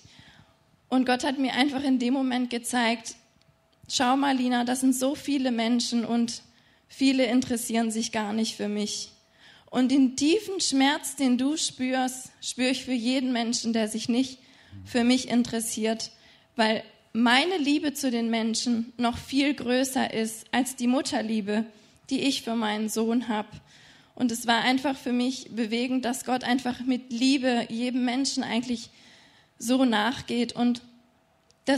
Und Gott hat mir einfach in dem Moment gezeigt, schau mal, Lina, das sind so viele Menschen und viele interessieren sich gar nicht für mich. Und den tiefen Schmerz, den du spürst, spüre ich für jeden Menschen, der sich nicht für mich interessiert, weil meine Liebe zu den Menschen noch viel größer ist als die Mutterliebe, die ich für meinen Sohn habe. Und es war einfach für mich bewegend, dass Gott einfach mit Liebe jedem Menschen eigentlich so nachgeht. Und das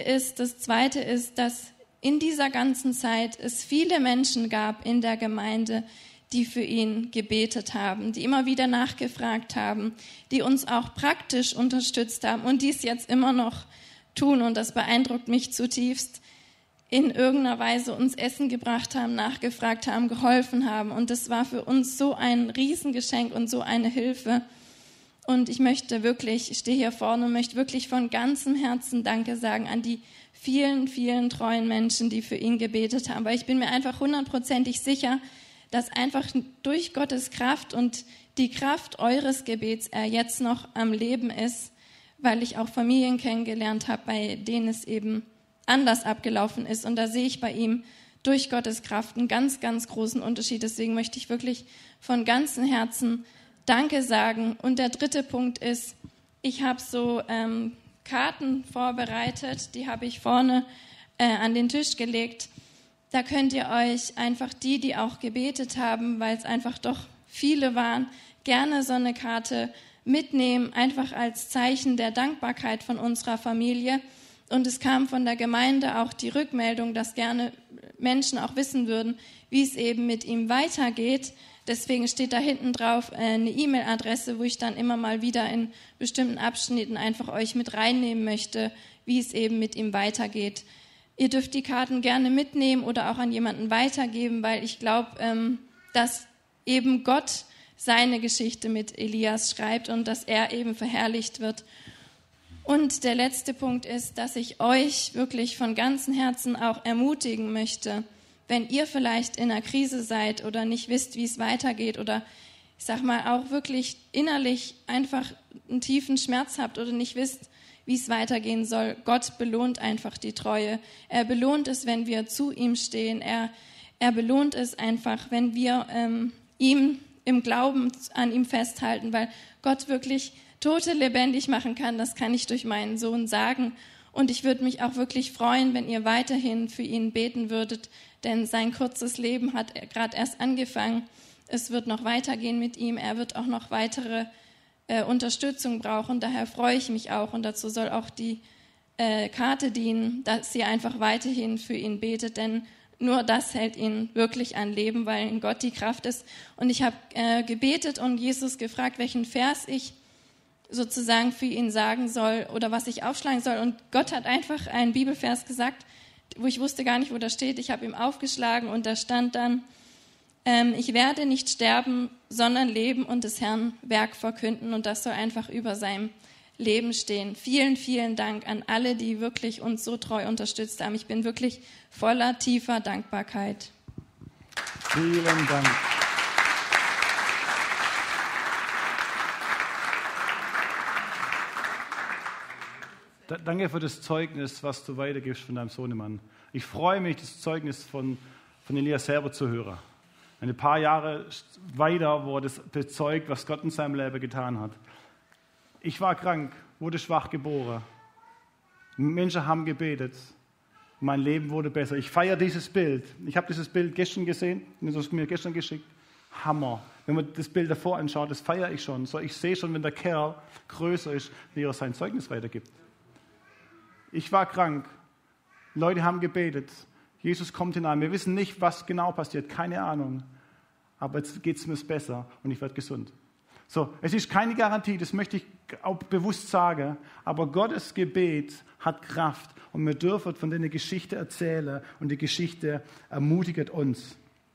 Zweite ist, dass in dieser ganzen Zeit es viele Menschen gab in der Gemeinde, die für ihn gebetet haben, die immer wieder nachgefragt haben, die uns auch praktisch unterstützt haben und dies jetzt immer noch tun. Und das beeindruckt mich zutiefst, in irgendeiner Weise uns Essen gebracht haben, nachgefragt haben, geholfen haben. Und das war für uns so ein Riesengeschenk und so eine Hilfe. Und ich stehe hier vorne und möchte wirklich von ganzem Herzen Danke sagen an die vielen, vielen treuen Menschen, die für ihn gebetet haben. Weil ich bin mir einfach 100%ig sicher, dass einfach durch Gottes Kraft und die Kraft eures Gebets er jetzt noch am Leben ist, weil ich auch Familien kennengelernt habe, bei denen es eben anders abgelaufen ist. Und da sehe ich bei ihm durch Gottes Kraft einen ganz, ganz großen Unterschied. Deswegen möchte ich wirklich von ganzem Herzen Danke sagen. Und der dritte Punkt ist, ich habe so Karten vorbereitet, die habe ich vorne an den Tisch gelegt. Da könnt ihr euch einfach die auch gebetet haben, weil es einfach doch viele waren, gerne so eine Karte mitnehmen, einfach als Zeichen der Dankbarkeit von unserer Familie. Und es kam von der Gemeinde auch die Rückmeldung, dass gerne Menschen auch wissen würden, wie es eben mit ihm weitergeht. Deswegen steht da hinten drauf eine E-Mail-Adresse, wo ich dann immer mal wieder in bestimmten Abschnitten einfach euch mit reinnehmen möchte, wie es eben mit ihm weitergeht. Ihr dürft die Karten gerne mitnehmen oder auch an jemanden weitergeben, weil ich glaube, dass eben Gott seine Geschichte mit Elias schreibt und dass er eben verherrlicht wird. Und der letzte Punkt ist, dass ich euch wirklich von ganzem Herzen auch ermutigen möchte, wenn ihr vielleicht in einer Krise seid oder nicht wisst, wie es weitergeht oder ich sag mal auch wirklich innerlich einfach einen tiefen Schmerz habt oder nicht wisst, wie es weitergehen soll. Gott belohnt einfach die Treue. Er belohnt es, wenn wir zu ihm stehen. Er belohnt es einfach, wenn wir ihm im Glauben an ihm festhalten, weil Gott wirklich Tote lebendig machen kann. Das kann ich durch meinen Sohn sagen. Und ich würde mich auch wirklich freuen, wenn ihr weiterhin für ihn beten würdet, denn sein kurzes Leben hat gerade erst angefangen. Es wird noch weitergehen mit ihm. Er wird auch noch weitere Unterstützung brauchen. Daher freue ich mich auch und dazu soll auch die Karte dienen, dass ihr einfach weiterhin für ihn betet, denn nur das hält ihn wirklich an Leben, weil in Gott die Kraft ist. Und ich habe gebetet und Jesus gefragt, welchen Vers ich sozusagen für ihn sagen soll oder was ich aufschlagen soll. Und Gott hat einfach einen Bibelvers gesagt, wo ich wusste gar nicht, wo das steht. Ich habe ihm aufgeschlagen und da stand dann, ich werde nicht sterben, sondern leben und des Herrn Werk verkünden. Und das soll einfach über seinem Leben stehen. Vielen, vielen Dank an alle, die wirklich uns so treu unterstützt haben. Ich bin wirklich voller tiefer Dankbarkeit. Vielen Dank. Danke für das Zeugnis, was du weitergibst von deinem Sohnemann. Ich freue mich, das Zeugnis von Elias selber zu hören. Ein paar Jahre weiter, wo er das bezeugt, was Gott in seinem Leben getan hat. Ich war krank, wurde schwach geboren. Menschen haben gebetet. Mein Leben wurde besser. Ich feiere dieses Bild. Ich habe dieses Bild gestern gesehen. Du hast es mir gestern geschickt. Hammer. Wenn man das Bild davor anschaut, das feiere ich schon. So, ich sehe schon, wenn der Kerl größer ist, wie er sein Zeugnis weitergibt. Ich war krank. Leute haben gebetet. Jesus kommt hinein. Wir wissen nicht, was genau passiert. Keine Ahnung. Aber jetzt geht es mir besser und ich werde gesund. So, es ist keine Garantie, das möchte ich auch bewusst sagen, aber Gottes Gebet hat Kraft und wir dürfen von der Geschichte erzählen und die Geschichte ermutigt uns.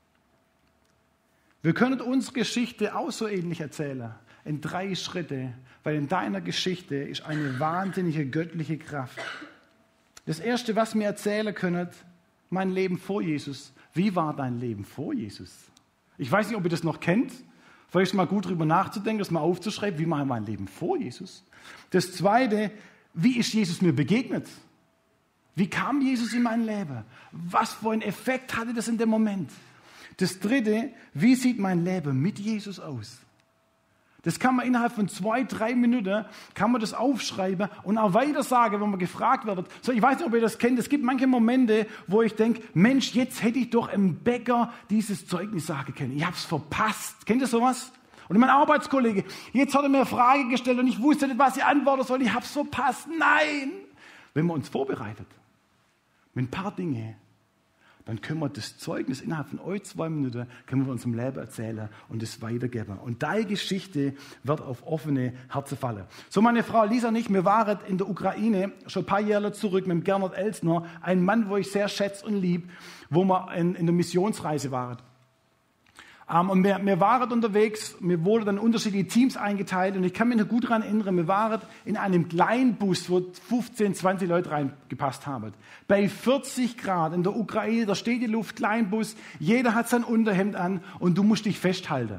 Wir können unsere Geschichte auch so ähnlich erzählen, in 3 Schritte, weil in deiner Geschichte ist eine wahnsinnige göttliche Kraft. Das Erste, was wir erzählen können, mein Leben vor Jesus. Wie war dein Leben vor Jesus? Ich weiß nicht, ob ihr das noch kennt. Vielleicht ist es mal gut, darüber nachzudenken, das mal aufzuschreiben. Wie war mein Leben vor Jesus? Das Zweite, wie ist Jesus mir begegnet? Wie kam Jesus in mein Leben? Was für einen Effekt hatte das in dem Moment? Das Dritte, wie sieht mein Leben mit Jesus aus? Das kann man innerhalb von 2-3 Minuten kann man das aufschreiben und auch weiter sagen, wenn man gefragt wird. So, ich weiß nicht, ob ihr das kennt. Es gibt manche Momente, wo ich denke, Mensch, jetzt hätte ich doch im Bäcker dieses Zeugnis sagen können. Ich habe es verpasst. Kennt ihr sowas? Und mein Arbeitskollege, jetzt hat er mir eine Frage gestellt und ich wusste nicht, was ich antworten soll. Ich habe es verpasst. Nein! Wenn man uns vorbereitet mit ein paar Dingen, dann können wir das Zeugnis innerhalb von 2 Minuten können wir unserem Leben erzählen und es weitergeben. Und deine Geschichte wird auf offene Herzen fallen. So, meine Frau Lisa und ich, wir waren in der Ukraine schon ein paar Jahre zurück mit dem Gernot Elsner, ein Mann, wo ich sehr schätze und liebe, wo wir in der Missionsreise waren. Und wir waren unterwegs, wir wurden dann in unterschiedliche Teams eingeteilt und ich kann mich noch gut daran erinnern, wir waren in einem kleinen Bus, wo 15, 20 Leute reingepasst haben. Bei 40 Grad in der Ukraine, da steht die Luft, Kleinbus, jeder hat sein Unterhemd an und du musst dich festhalten.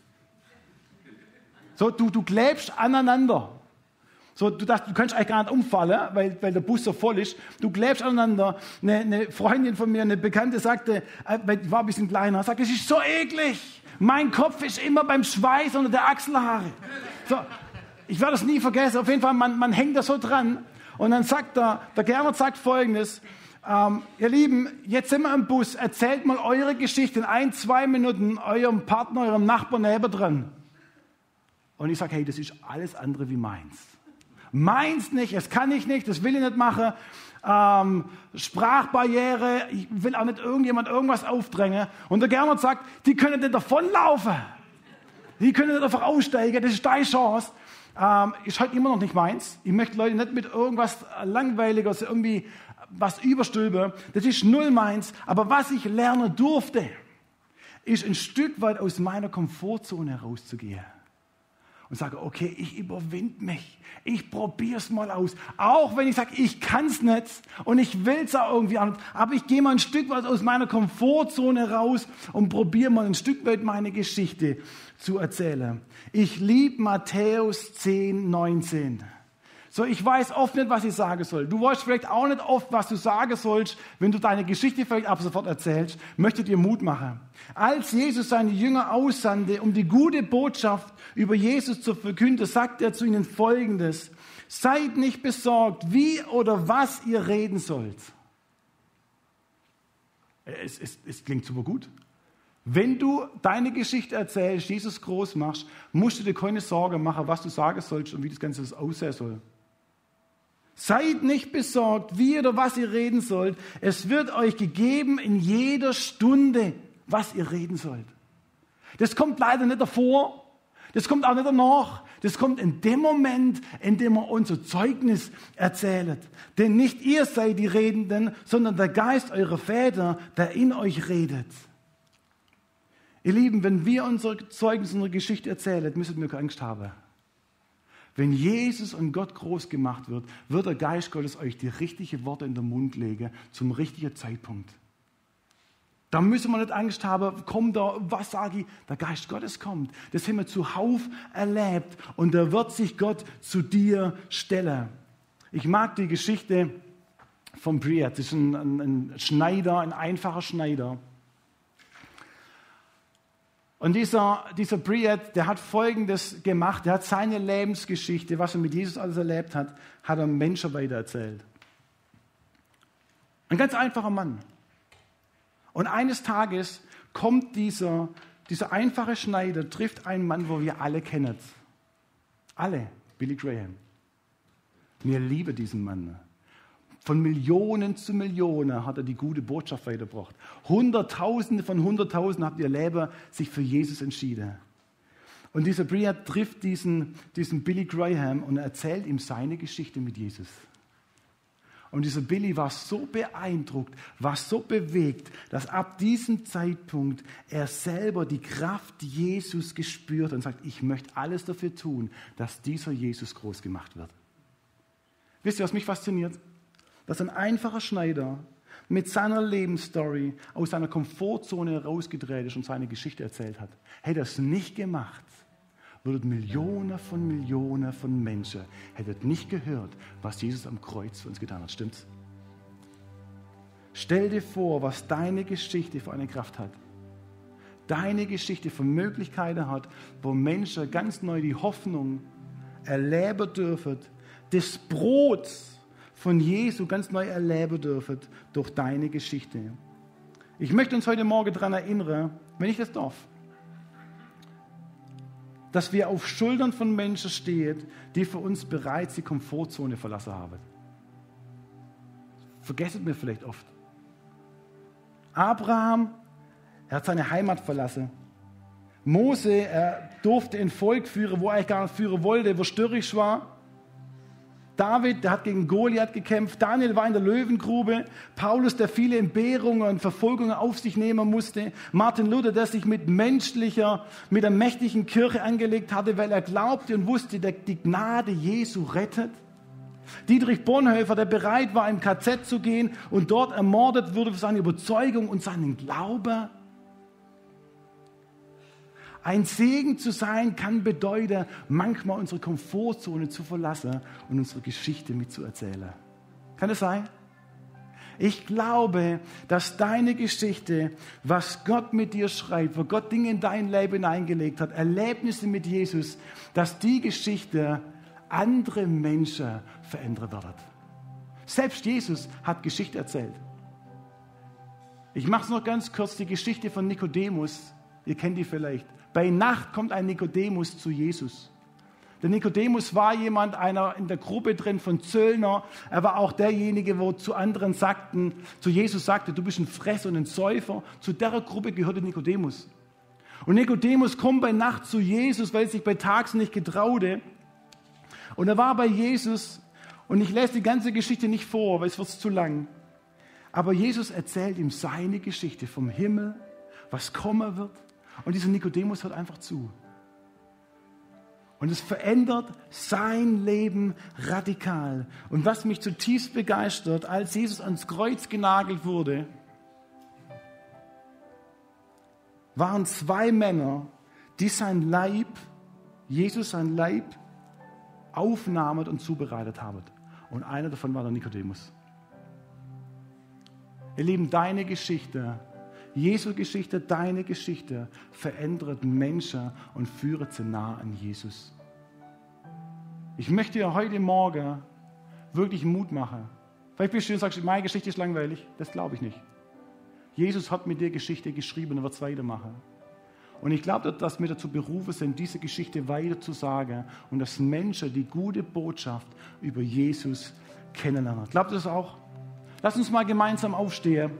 So, du klebst aneinander. So, du kannst eigentlich gar nicht umfallen, weil der Bus so voll ist. Du klebst aneinander. Eine Freundin von mir, eine Bekannte, sagte, ich war ein bisschen kleiner, sagte, es ist so eklig. Mein Kopf ist immer beim Schweiß unter der Achselhaare. So, ich werde das nie vergessen. Auf jeden Fall, man hängt da so dran. Und dann sagt der Gernot sagt Folgendes: Ihr Lieben, jetzt sind wir im Bus, erzählt mal eure Geschichte in 1-2 Minuten eurem Partner, eurem Nachbarn nebendran. Und ich sage, hey, das ist alles andere wie meins. Meins nicht, das kann ich nicht, das will ich nicht machen. Sprachbarriere, ich will auch nicht irgendjemand irgendwas aufdrängen. Und der Gernot sagt, die können nicht davonlaufen. Die können nicht einfach aussteigen, das ist deine Chance. Ist halt immer noch nicht meins. Ich möchte Leute nicht mit irgendwas Langweiliges, irgendwie was überstülpen. Das ist null meins. Aber was ich lernen durfte, ist ein Stück weit aus meiner Komfortzone rauszugehen. Und sage, okay, ich überwinde mich. Ich probiere es mal aus. Auch wenn ich sage, ich kann es nicht und ich will es auch irgendwie an. Aber ich gehe mal ein Stück weit aus meiner Komfortzone raus und probiere mal ein Stück weit meine Geschichte zu erzählen. Ich liebe Matthäus 10,19. So, ich weiß oft nicht, was ich sagen soll. Du weißt vielleicht auch nicht oft, was du sagen sollst, wenn du deine Geschichte vielleicht ab sofort erzählst. Möchte dir Mut machen. Als Jesus seine Jünger aussandte, um die gute Botschaft über Jesus zu verkünden, sagt er zu ihnen Folgendes: Seid nicht besorgt, wie oder was ihr reden sollt. Es klingt super gut. Wenn du deine Geschichte erzählst, Jesus groß machst, musst du dir keine Sorge machen, was du sagen sollst und wie das Ganze aussehen soll. Seid nicht besorgt, wie oder was ihr reden sollt. Es wird euch gegeben in jeder Stunde, was ihr reden sollt. Das kommt leider nicht davor, das kommt auch nicht danach. Das kommt in dem Moment, in dem ihr unser Zeugnis erzählt. Denn nicht ihr seid die Redenden, sondern der Geist eurer Väter, der in euch redet. Ihr Lieben, wenn wir unser Zeugnis, unsere Geschichte erzählen, müssen wir keine Angst haben. Wenn Jesus und Gott groß gemacht wird, wird der Geist Gottes euch die richtigen Worte in den Mund legen zum richtigen Zeitpunkt. Da müssen wir nicht Angst haben, kommt da, was sage ich? Der Geist Gottes kommt. Das haben wir zuhauf erlebt und da wird sich Gott zu dir stellen. Ich mag die Geschichte von Briet. Das ist ein Schneider, ein einfacher Schneider. Und dieser Briet, der hat Folgendes gemacht. Der hat seine Lebensgeschichte, was er mit Jesus alles erlebt hat, hat er Menschen weitererzählt. Ein ganz einfacher Mann. Und eines Tages kommt dieser einfache Schneider, trifft einen Mann, wo wir alle kennen. Alle, Billy Graham. Wir lieben diesen Mann. Von Millionen zu Millionen hat er die gute Botschaft weitergebracht. Hunderttausende von Hunderttausenden haben ihr Leben sich für Jesus entschieden. Und dieser Briet trifft diesen Billy Graham und erzählt ihm seine Geschichte mit Jesus. Und dieser Billy war so beeindruckt, war so bewegt, dass ab diesem Zeitpunkt er selber die Kraft Jesus gespürt und sagt, ich möchte alles dafür tun, dass dieser Jesus groß gemacht wird. Wisst ihr, was mich fasziniert? Dass ein einfacher Schneider mit seiner Lebensstory aus seiner Komfortzone herausgedreht ist und seine Geschichte erzählt hat. Hätte er es nicht gemacht, würden Millionen von Menschen hätten nicht gehört, was Jesus am Kreuz für uns getan hat. Stimmt's? Stell dir vor, was deine Geschichte für eine Kraft hat. Deine Geschichte für Möglichkeiten hat, wo Menschen ganz neu die Hoffnung erleben dürfen, des Brots von Jesu ganz neu erleben dürfen durch deine Geschichte. Ich möchte uns heute Morgen daran erinnern, wenn ich das darf, dass wir auf Schultern von Menschen stehen, die für uns bereits die Komfortzone verlassen haben. Vergessen wir vielleicht oft. Abraham, er hat seine Heimat verlassen. Mose, er durfte ein Volk führen, wo er eigentlich gar nicht führen wollte, wo störrisch war. David, der hat gegen Goliath gekämpft. Daniel war in der Löwengrube. Paulus, der viele Entbehrungen und Verfolgungen auf sich nehmen musste. Martin Luther, der sich mit der mächtigen Kirche angelegt hatte, weil er glaubte und wusste, die Gnade Jesu rettet. Dietrich Bonhoeffer, der bereit war, im KZ zu gehen und dort ermordet wurde für seine Überzeugung und seinen Glauben. Ein Segen zu sein kann bedeuten, manchmal unsere Komfortzone zu verlassen und unsere Geschichte mitzuerzählen. Kann das sein? Ich glaube, dass deine Geschichte, was Gott mit dir schreibt, wo Gott Dinge in dein Leben hineingelegt hat, Erlebnisse mit Jesus, dass die Geschichte andere Menschen verändern wird. Selbst Jesus hat Geschichte erzählt. Ich mache es noch ganz kurz, die Geschichte von Nikodemus. Ihr kennt die vielleicht. Bei Nacht kommt ein Nikodemus zu Jesus. Der Nikodemus war einer in der Gruppe drin von Zöllner. Er war auch derjenige, wo zu Jesus sagte, du bist ein Fresser und ein Säufer. Zu der Gruppe gehörte Nikodemus. Und Nikodemus kommt bei Nacht zu Jesus, weil er sich bei Tags nicht getraute. Und er war bei Jesus, und ich lese die ganze Geschichte nicht vor, weil es wird zu lang. Aber Jesus erzählt ihm seine Geschichte vom Himmel, was kommen wird. Und dieser Nikodemus hört einfach zu. Und es verändert sein Leben radikal. Und was mich zutiefst begeistert, als Jesus ans Kreuz genagelt wurde, waren 2 Männer, die Jesus sein Leib aufnahmen und zubereitet haben. Und einer davon war der Nikodemus. Ihr Lieben, deine Geschichte, Jesu Geschichte, deine Geschichte verändert Menschen und führt sie nah an Jesus. Ich möchte dir heute Morgen wirklich Mut machen. Vielleicht bist du und sagst, meine Geschichte ist langweilig. Das glaube ich nicht. Jesus hat mit dir Geschichte geschrieben und wird es weitermachen. Und ich glaube, dass wir dazu berufen sind, diese Geschichte weiterzusagen und dass Menschen die gute Botschaft über Jesus kennenlernen. Glaubt ihr das auch? Lass uns mal gemeinsam aufstehen.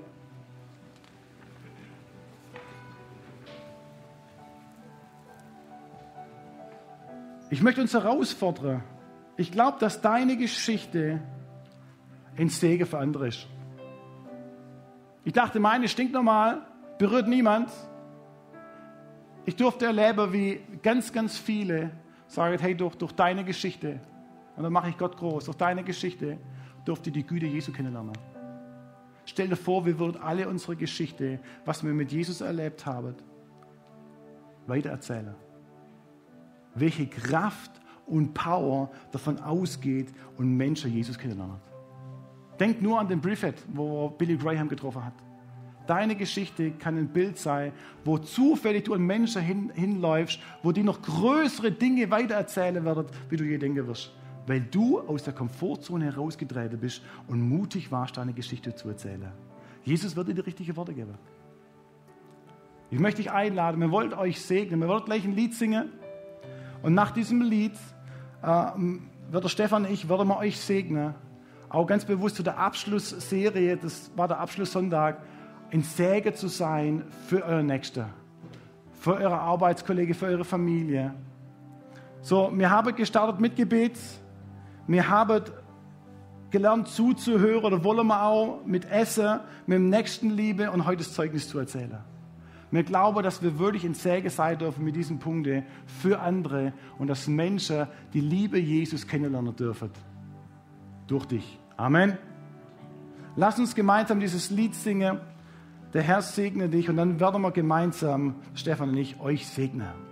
Ich möchte uns herausfordern. Ich glaube, dass deine Geschichte ein Segen für andere ist. Ich dachte, meine stinkt normal, berührt niemand. Ich durfte erleben, wie ganz, ganz viele sagen, hey, durch deine Geschichte, und dann mache ich Gott groß, durch deine Geschichte durfte ich die Güte Jesu kennenlernen. Stell dir vor, wir würden alle unsere Geschichte, was wir mit Jesus erlebt haben, weitererzählen. Welche Kraft und Power davon ausgeht und Menschen Jesus kennenlernen. Denk nur an den Briefet, wo Billy Graham getroffen hat. Deine Geschichte kann ein Bild sein, wo zufällig du an Menschen hinläufst, wo die noch größere Dinge weitererzählen werden, wie du je denken wirst. Weil du aus der Komfortzone herausgetreten bist und mutig warst, deine Geschichte zu erzählen. Jesus wird dir die richtigen Worte geben. Ich möchte dich einladen, wir wollen euch segnen, wir wollen gleich ein Lied singen. Und nach diesem Lied wird der Stefan und ich werden wir euch segnen. Auch ganz bewusst zu der Abschlussserie, das war der Abschlusssonntag, ein Segen zu sein für euren Nächsten, für eure Arbeitskollegen, für eure Familie. So, wir haben gestartet mit Gebet, wir haben gelernt zuzuhören oder wollen wir auch mit Essen, mit dem Nächstenliebe und heute das Zeugnis zu erzählen. Wir glauben, dass wir wirklich ein Segen sein dürfen mit diesen Punkten für andere und dass Menschen die Liebe Jesus kennenlernen dürfen. Durch dich. Amen. Lass uns gemeinsam dieses Lied singen. Der Herr segne dich und dann werden wir gemeinsam, Stefan und ich, euch segnen.